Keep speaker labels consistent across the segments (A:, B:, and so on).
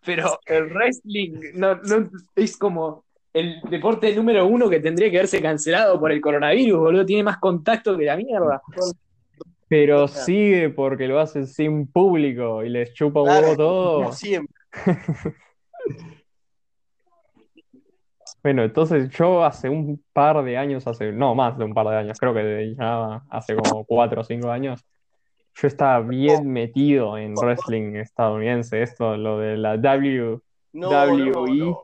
A: pero el wrestling no, es como el deporte número uno que tendría que haberse cancelado por el coronavirus, boludo. Tiene más contacto que la mierda.
B: Pero sigue porque lo hacen sin público y les chupa un
C: Claro,
B: huevo
C: como
B: todo.
C: siempre.
B: Bueno, entonces yo hace un par de años, no, más de un par de años, creo que ya hace como 4 o 5 años, yo estaba bien metido en wrestling estadounidense, esto, lo de la
C: No, no.
B: WWE.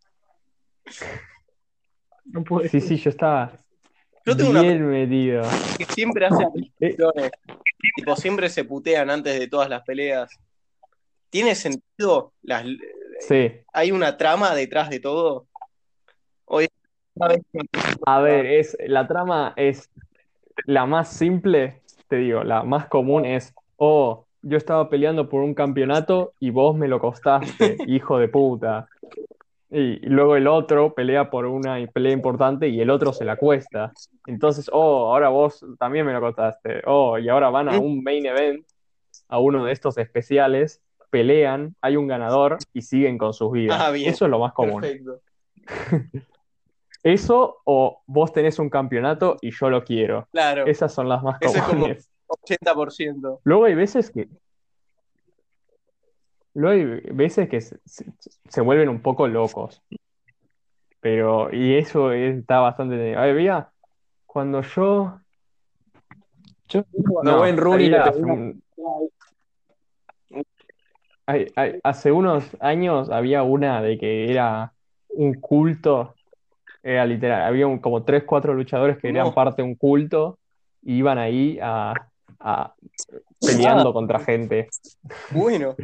A: No puede
B: Sí,
A: ser.
B: sí, yo estaba
C: Yo tengo una
B: bien metido.
C: pregunta que siempre hace
B: Eh,
C: apariciones, tipo, siempre se putean antes de todas las peleas. ¿Tiene sentido?
B: sí,
C: ¿Hay una trama detrás de todo? ¿O es una vez que
B: a ver, la trama es la más simple, te digo, la más común es, oh, yo estaba peleando por un campeonato y vos me lo costaste, hijo de puta. Y luego el otro pelea por una pelea importante y el otro se la cuesta. Entonces, oh, ahora vos también me lo costaste. Oh, y ahora van a
C: ¿Mm?
B: un main event, a uno de estos especiales, pelean, hay un ganador y siguen con sus
C: Ah,
B: vidas.
C: bien,
B: Eso es lo más común.
C: perfecto.
B: Eso o vos tenés un campeonato y yo lo quiero.
C: Claro,
B: Esas son las más
C: eso es como
B: comunes.
C: 80%.
B: Luego hay veces que, luego hay veces que se vuelven un poco locos, pero y eso está bastante. Había cuando
A: Yo cuando
B: no,
A: Wayne Rooney le
B: había
A: pegó una.
B: hace unos años había una de que era un culto, era literal, había como 3, 4 luchadores que eran
C: No,
B: parte de un culto y iban ahí a
A: Ah,
B: peleando contra gente.
C: bueno.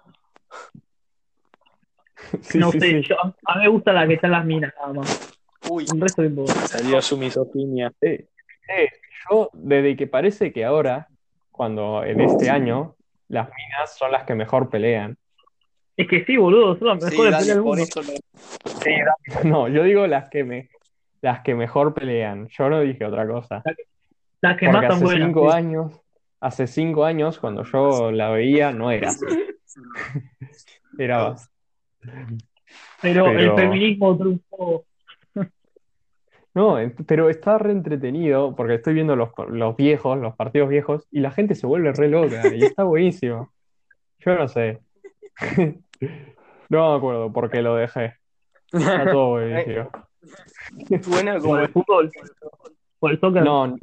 B: Sí,
A: no
B: sí,
A: sé,
B: sí.
A: a mí me gusta la que está en las minas, nada más.
C: Uy,
A: El resto de importa. Salió su misoginia.
B: Eh, eh, yo, desde que parece que ahora, cuando en este año, las minas son las que mejor pelean.
A: Es que sí, boludo, son las
C: sí,
A: mejores
C: dale,
A: peleas del
C: por
A: mundo.
C: eso lo...
B: No, yo digo las que mejor pelean. Yo no dije otra cosa.
A: Las que, las que más
B: Porque
A: son buenas, sí.
B: hace 5 años, cuando yo la veía, no era así. Era,
A: Pero el
B: pero,
A: feminismo triunfó.
B: no, pero está re entretenido porque estoy viendo los viejos, los partidos viejos, y la gente se vuelve re loca y está buenísimo. Yo no sé. No me acuerdo por qué lo dejé. Está todo
C: Eh,
B: buenísimo.
C: Suena
A: Por
C: como...
A: el fútbol, por el soccer.
B: No,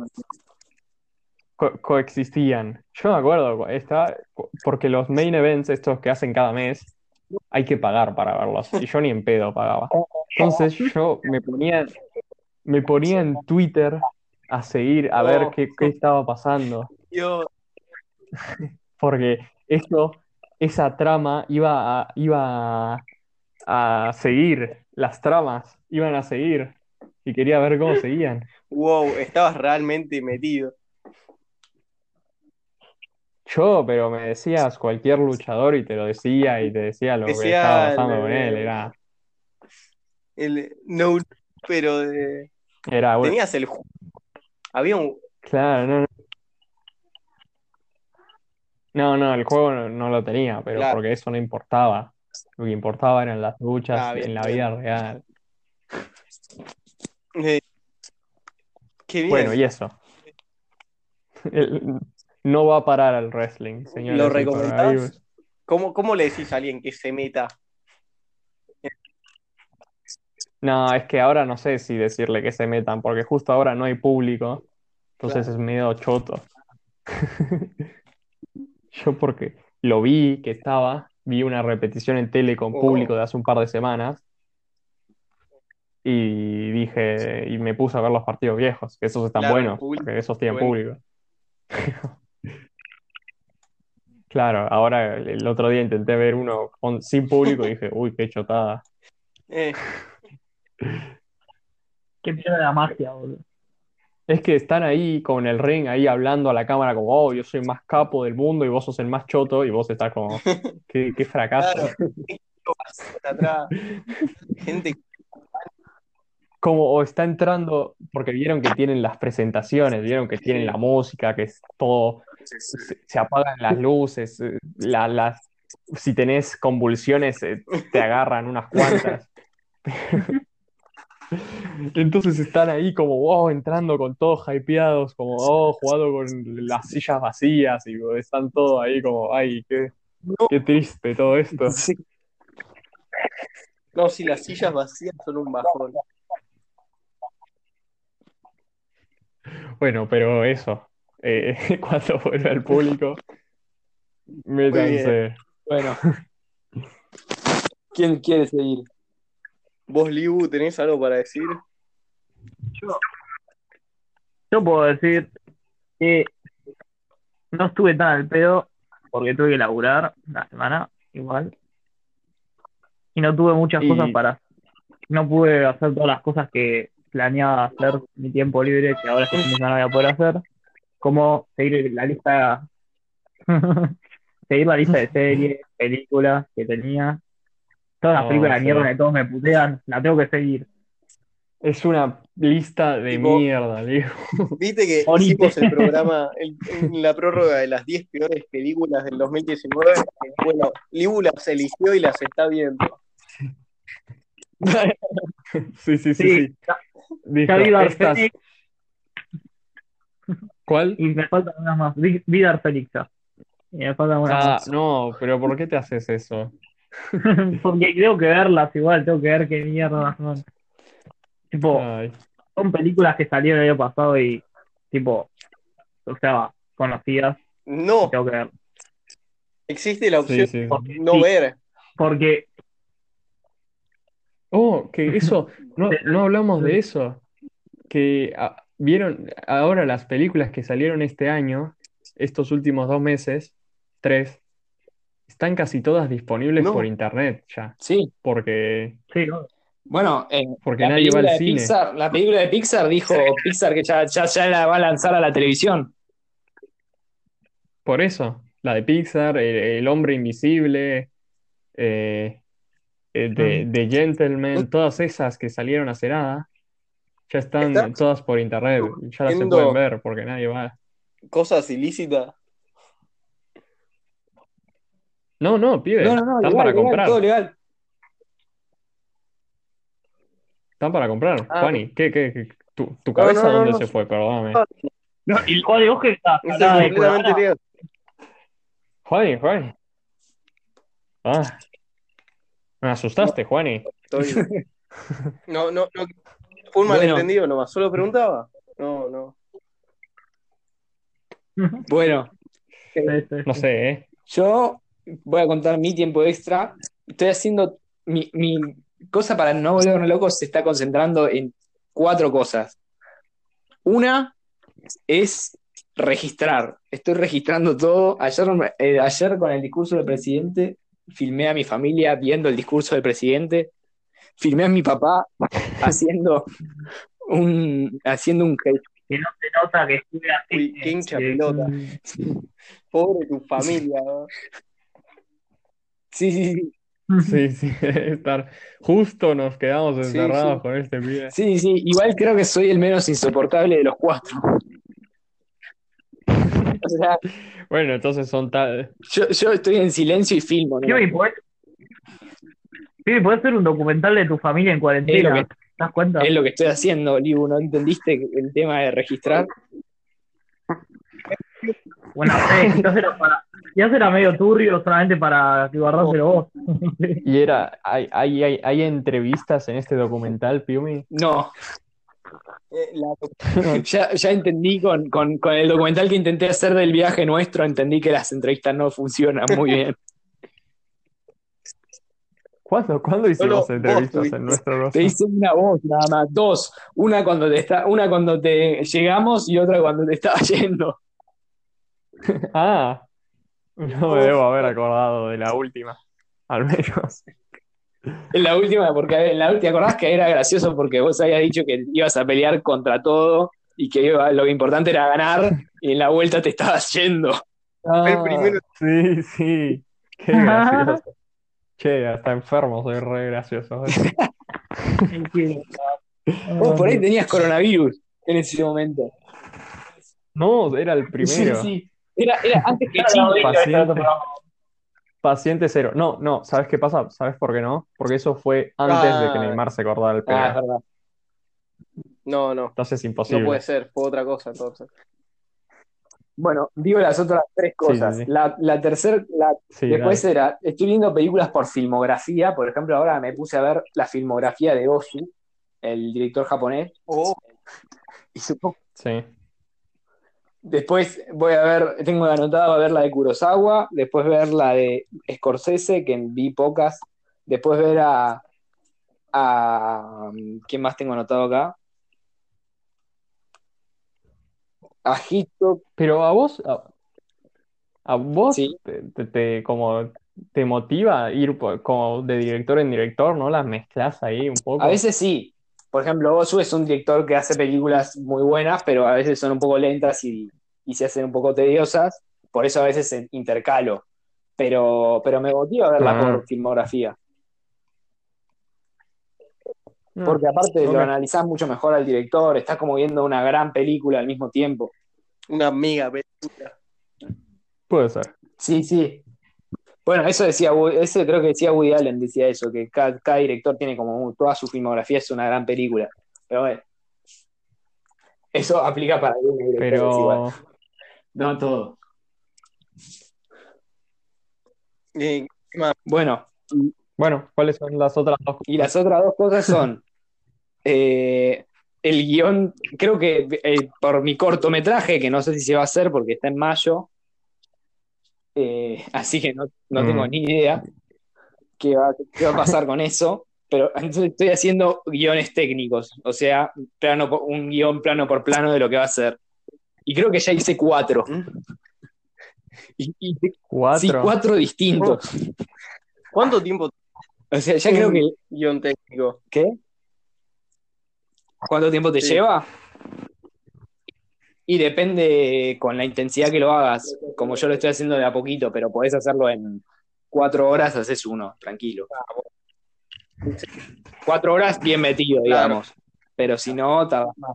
B: coexistían. Yo me acuerdo, porque los main events, estos que hacen cada mes, hay que pagar para verlos. Y yo ni en pedo pagaba. Entonces yo me ponía en Twitter a seguir, a ver
C: Oh,
B: qué estaba pasando.
C: Dios.
B: Porque esa trama iba a seguir, las tramas iban a seguir. Y quería ver cómo seguían.
C: Wow, estabas realmente metido.
B: Pero me decías cualquier luchador y te lo decía y te decía lo que estaba
C: Decía
B: pasando con él.
C: el no, pero
B: Era,
C: tenías había un,
B: claro, no, no, no, no, el juego no lo tenía, pero
C: claro,
B: porque eso no importaba. Lo que importaba eran las
C: ah,
B: luchas
C: bien,
B: en la
C: bien.
B: vida real.
C: Eh, qué
B: Bueno,
C: bien,
B: y eso. El- no va a parar el wrestling,
C: ¿lo
B: señores, el
C: recomendás?
B: coronavirus.
C: ¿Cómo le decís a alguien que se meta?
B: No, es que ahora no sé si decirle que se metan, porque justo ahora no hay público, entonces
C: Claro.
B: es medio choto. Yo porque lo vi que vi una repetición en tele con público
C: Oh,
B: de hace un par de semanas y dije, y me puse a ver los partidos viejos, que esos están
C: claro, el
B: buenos,
C: público,
B: porque esos tienen
C: bueno.
B: público. Claro, ahora el otro día intenté ver uno sin público y dije, uy, qué chotada.
C: Eh,
A: Que pierde la magia, boludo.
B: Es que están ahí con el ring, ahí hablando a la cámara como, oh, yo soy el más capo del mundo y vos sos el más choto y vos estás como, qué fracaso.
C: claro, está atrás, gente,
B: Como o está entrando, porque vieron que tienen las presentaciones, vieron que tienen la
C: sí,
B: música, que es todo, se apagan las luces, si tenés convulsiones, te agarran unas cuantas. Entonces están ahí como, wow, entrando con todos hypeados, como, oh, jugando con las sillas vacías y están todos ahí como, ay,
C: No,
B: qué triste todo esto.
A: Sí.
C: no, si las sillas vacías son un bajón.
B: Bueno, pero eso, cuando vuelve al público,
C: Muy bien.
B: métanse.
A: Bueno, ¿quién quiere seguir?
C: ¿Vos, Libu, tenés algo para decir?
D: Yo, yo puedo decir que no estuve tan al pedo porque tuve que laburar una semana igual y no tuve muchas cosas
B: Y,
D: no pude hacer todas las cosas que planeaba hacer en mi tiempo libre que ahora este fin de semana voy a poder hacer, como seguir la lista, seguir la lista de series, películas que tenía, todas las
B: oh,
D: películas de
B: sí.
D: mierda que todos me putean, la tengo que seguir.
B: Es una lista de
C: Tipo,
B: mierda, digo.
C: viste que
D: Morite.
C: hicimos el programa en la prórroga de las 10 peores películas del 2019. Bueno, Libu las eligió y las está viendo.
B: Sí, sí, sí,
D: Sí,
B: sí. Dijo,
D: ya vi Dark
B: estas,
D: Phoenix
B: ¿cuál?
D: y me faltan unas más. Vi Dark Phoenix ya, y me faltan unas
B: Ah,
D: más.
B: no, pero ¿por qué te haces eso?
D: Porque tengo que verlas igual, tengo que ver qué mierda son. Tipo,
B: Ay,
D: son películas que salieron el año pasado y, tipo, o sea, conocidas y
C: No,
D: tengo que ver.
C: existe la
B: sí,
C: opción
B: sí, sí.
D: Porque,
C: no
D: sí,
C: ver.
D: porque
B: Oh, que eso, no hablamos de eso. Que vieron ahora las películas que salieron este año, estos últimos 2 meses, 3, están casi todas disponibles por
C: No,
B: internet ya.
A: Sí.
B: Porque,
D: sí, ¿no?
A: Bueno,
B: porque nadie va al cine.
A: La película de Pixar dijo Pixar que ya la va a lanzar a la televisión.
B: Por eso, la de Pixar, El Hombre Invisible, eh, de Gentleman, todas esas que salieron hace nada, ya están
C: ¿estás
B: todas por internet, ya las se pueden
C: viendo
B: ver porque nadie va.
C: cosas ilícitas?
B: No, no,
A: No,
B: pibe,
A: no, no,
B: están
A: legal,
B: para
A: legal, todo
B: comprar,
A: legal.
B: están para comprar.
C: Ah,
B: Juani, tu
C: no,
B: cabeza
C: no, no,
B: dónde
C: no.
B: se fue? Perdóname.
D: No, y vos que estás
C: Esto es
D: acá de
C: completamente
D: Cuevana,
C: legal.
B: Juani. Ah, me
C: No,
B: asustaste, Juani.
C: estoy. No, no, no. Fue un
A: Bueno,
C: malentendido nomás. Solo preguntaba. No, no.
A: bueno,
D: sí, sí,
B: No
D: sí.
B: sé, ¿eh?
A: yo voy a contar mi tiempo extra. Estoy haciendo mi cosa para no volverme loco, se está concentrando en 4 cosas. Una es registrar. Estoy registrando todo. Ayer con el discurso del presidente, filmé a mi familia viendo el discurso del presidente. Filmé a mi papá haciendo haciendo un gesto.
D: Que no se nota que estuve así.
C: Uy, qué hincha pelota. Pobre tu familia, ¿no?
A: Sí, sí, sí.
B: Sí, sí, debe estar. Justo nos quedamos
C: Sí,
B: encerrados
C: sí.
B: con este pibe.
A: Sí, sí. Igual creo que soy el menos insoportable de los 4. O sea,
B: Bueno, entonces son tal.
A: yo estoy en silencio y filmo, ¿no?
D: Podés hacer un documental de tu familia en
A: Es lo que,
D: cuarentena, ¿te das cuenta?
A: es lo que estoy haciendo, Libu. ¿No entendiste el tema de registrar?
D: Bueno, quizás era medio turbio solamente para guardárselo vos.
B: Y hay entrevistas en este documental, Piumi.
A: No.
C: La-
A: Ya entendí con el documental que intenté hacer del viaje nuestro, entendí que las entrevistas no funcionan muy bien.
B: ¿Cuándo hicimos
C: Solo
B: entrevistas
C: vos
B: en nuestro
A: Te
B: rostro?
A: hice una voz nada más, 2. Una cuando te llegamos y otra cuando te estaba yendo.
B: Ah, no me debo haber acordado de la última, al menos.
A: En la última, porque en la última, ¿te acordás que era gracioso porque vos habías dicho que ibas a pelear contra todo y que lo importante era ganar y en la vuelta te estabas yendo?
C: el primero.
B: Sí, sí, qué gracioso. Che, hasta enfermo, soy re gracioso.
A: Vos por ahí tenías coronavirus en ese momento.
B: No, era el
A: Sí,
B: primero.
A: sí. Era antes que
D: Ya lo
A: Chile.
D: dije,
B: Paciente. Paciente cero. No, no, ¿sabes qué pasa? ¿Sabes por qué no? Porque eso fue antes de que
C: Ah,
B: Neymar se cortara el
A: Ah, es
B: pelo.
A: verdad.
C: no, no,
B: Entonces es
C: no puede
B: imposible.
C: ser, fue otra cosa entonces.
A: Bueno, digo las otras tres
B: Sí, sí,
A: cosas.
B: sí.
A: La tercera,
B: Sí,
A: después
B: dale.
A: era, estoy viendo películas por filmografía, por ejemplo, ahora me puse a ver la filmografía de Ozu, el director japonés,
C: Oh,
A: y supongo,
B: Sí.
A: después voy a ver, tengo anotado a ver la de Kurosawa, después ver la de Scorsese, que vi pocas, después ver ¿quién más tengo anotado acá? A Hitchcock,
B: Pero a vos
A: sí.
B: como te motiva ir como de director en director, ¿no? Las mezclas ahí un
A: A
B: poco.
A: veces sí. Por ejemplo, Ozu es un director que hace películas muy buenas, pero a veces son un poco lentas y se hacen un poco tediosas. Por eso a veces intercalo. Pero me motiva verla
B: Ah,
A: por filmografía.
B: ah,
A: Porque aparte lo
B: ok.
A: analizás mucho mejor al director, estás como viendo una gran película al mismo tiempo.
C: una mega película.
B: Puede ser.
A: Sí, sí. Bueno, eso decía, eso creo que decía Woody Allen, decía eso, que cada director tiene como toda su filmografía es una gran película. Pero bueno, eso aplica para algunos directores igual.
B: Pero
A: No todo.
C: ¿Qué más?
A: Bueno,
B: bueno, ¿cuáles son las otras dos
A: y
B: cosas?
A: las otras dos cosas son eh, el guión, creo que por mi cortometraje, que no sé si se va a hacer porque está en mayo, así que no tengo
B: Mm,
A: ni idea qué va a pasar con eso, pero entonces estoy haciendo guiones técnicos, o sea, un guión plano por plano de lo que va a ser. Y creo que ya hice cuatro.
C: ¿Mm?
A: Sí,
B: cuatro.
A: cuatro
C: Oh,
A: distintos.
C: ¿cuánto tiempo
A: O sea, ya
C: tiene
A: creo
C: un
A: que...
C: guión técnico?
A: ¿Qué? ¿Cuánto tiempo te
C: Sí.
A: lleva? Y depende con la intensidad que lo hagas, como yo lo estoy haciendo de a poquito, pero podés hacerlo en 4 horas, haces uno, tranquilo. 4 horas bien metido,
C: Claro.
A: digamos. Pero si no, tardas más.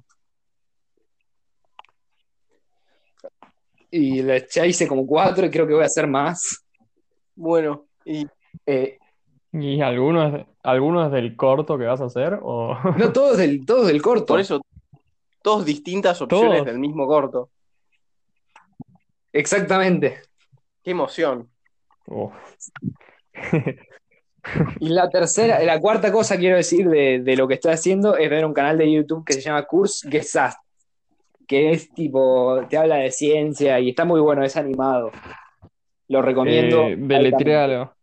A: Y ya hice como cuatro y creo que voy a hacer más.
C: Bueno, y
A: Eh,
B: ¿Y algunos del corto que vas a hacer? ¿O
A: no, todos del
C: por
A: corto.
C: eso, dos distintas opciones del
B: todos?
C: mismo corto.
A: Exactamente.
C: Qué emoción.
B: Uf.
A: Y la cuarta cosa quiero decir de lo que estoy haciendo es ver un canal de YouTube que se llama Kurzgesagt, que es tipo, te habla de ciencia y está muy bueno, es animado. Lo recomiendo altamente.
B: Deletréalo.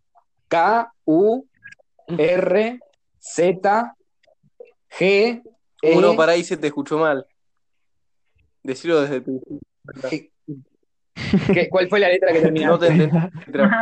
C: Uno
A: Kurzgesagt.
C: para ahí se te escuchó mal. Decirlo desde el principio.
A: ¿Cuál fue la letra que
C: No te
A: terminaste?
C: entendí la letra.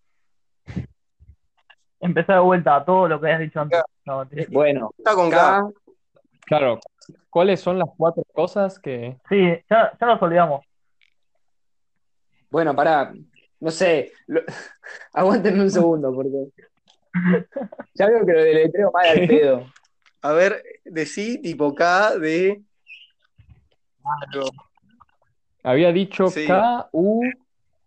D: Empezá de vuelta a todo lo que habías dicho antes.
C: K.
D: No,
A: Bueno,
C: Está con K.
A: K.
B: Claro. ¿Cuáles son las cuatro cosas que...
D: sí, ya nos olvidamos.
A: Bueno, pará, no sé, aguántenme un segundo porque ya veo que lo deletreo mal al
B: ¿Qué?
A: pedo.
C: A ver, decí tipo K de.
B: Había dicho
C: Sí.
B: K-U-R...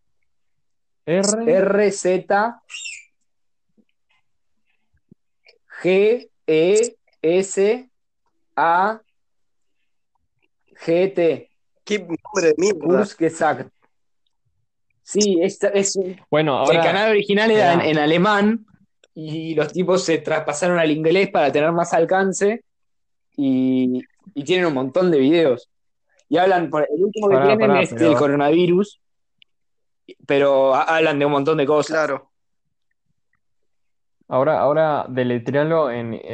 A: Kurzgesagt.
C: Qué nombre de mierda.
A: Kurzgesagt. Sí,
B: Bueno,
A: el
B: ahora,
A: canal original era en,
B: mirá,
A: en alemán y los tipos se traspasaron al inglés para tener más alcance y tienen un montón de videos. Y hablan, el último que tienen es del
B: pero
A: coronavirus, pero hablan de un montón de cosas.
C: Claro.
B: ahora deletréalo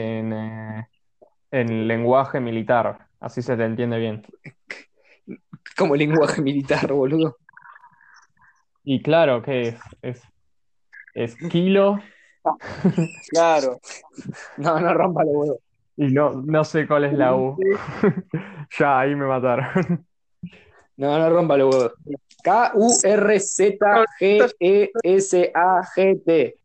B: en lenguaje militar, así se te entiende bien.
A: Como lenguaje militar, boludo.
B: Y claro que es kilo
C: Claro.
A: No, no rompa los huevos.
B: y no sé cuál es la U. Ya, ahí me mataron.
A: No, no rompa los huevos.
C: No,
A: Kurzgesagt.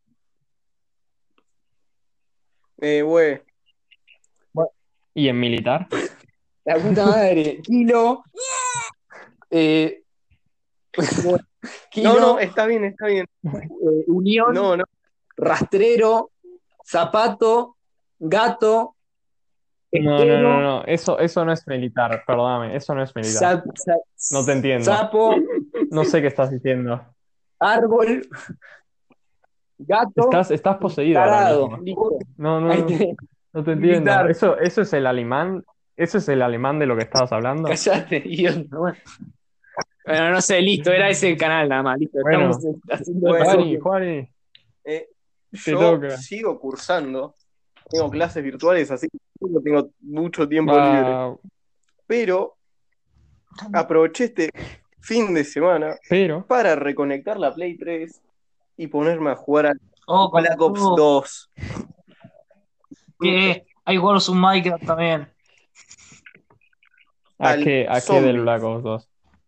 C: güey.
B: ¿Y en militar?
A: La puta madre. Kilo. eh, Kino,
C: No, está bien, está bien.
A: Unión,
C: No, no.
A: Rastrero, Zapato, Gato,
B: No, no,
A: Pesquero,
B: no, no. Eso no es militar, perdóname. Eso no es militar. No te entiendo.
A: Sapo,
B: No sé qué estás diciendo.
A: Árbol, Gato,
B: Estás poseído ahora
A: Tarado.
B: mismo.
A: Listo.
B: No,
A: Ahí
B: no,
A: tenés.
B: no te entiendo.
A: Militar.
B: Eso es el alemán. ¿Eso es el alemán de lo que estabas hablando?
A: Callate, idiota. Bueno, no sé, listo, era ese el canal nada más. Listo,
B: Bueno.
A: estamos haciendo
C: Bueno.
B: Juani, Juani,
C: Eh,
B: te
C: yo
B: toca.
C: sigo cursando, tengo clases virtuales, así que no tengo mucho tiempo libre.
B: Ah,
C: Pero aproveché este fin de semana
B: pero,
C: para reconectar la Play 3 y ponerme a jugar a
E: Oh,
C: Black Ops
E: oh,
C: 2.
E: que hay juegos un Minecraft también.
B: ¿a
C: Al
B: qué del
C: zombie.
B: Black Ops 2?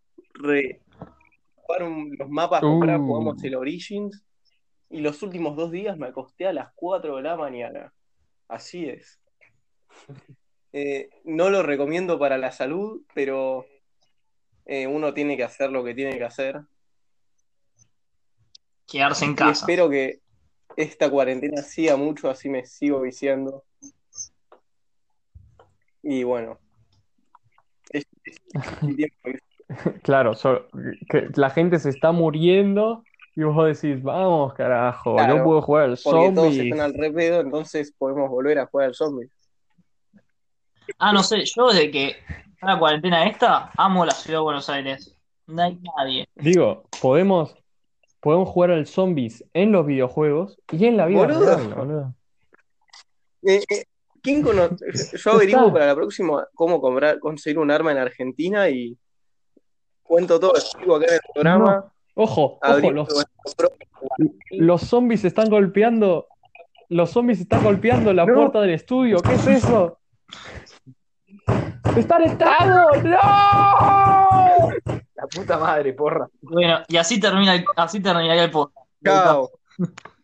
C: Jugar los mapas, comprar,
B: Uh.
C: jugamos el Origins. Y los últimos 2 días me acosté a las 4 de la mañana. Así es. No lo recomiendo para la salud, pero uno tiene que hacer lo que tiene que hacer.
E: Quedarse en
C: Y
E: casa.
C: espero que esta cuarentena siga mucho, así me sigo viciando. Y bueno. Es mi tiempo.
B: Claro, que la gente se está muriendo y vos decís, vamos, carajo,
C: Claro,
B: yo puedo jugar al
C: Porque todos
B: zombie.
C: están al repedo, entonces podemos volver a jugar al zombie.
E: No sé, yo desde que está la cuarentena esta, amo la ciudad de Buenos Aires. No hay nadie.
B: Digo, podemos jugar al zombies en los videojuegos y en la vida
C: Boludo.
B: real, boludo.
C: ¿Quién conoce? Yo averiguo para la próxima cómo conseguir un arma en Argentina y cuento todo, explico acá en el programa.
B: No, ojo,
C: abrimos nuestro propio-
B: los zombies están golpeando. Los zombies están golpeando la
C: No.
B: puerta del estudio. ¿Qué es eso? ¡Están entrando! ¡No!
A: La puta madre, porra.
E: Bueno, y así terminaría el podcast.
C: Chao.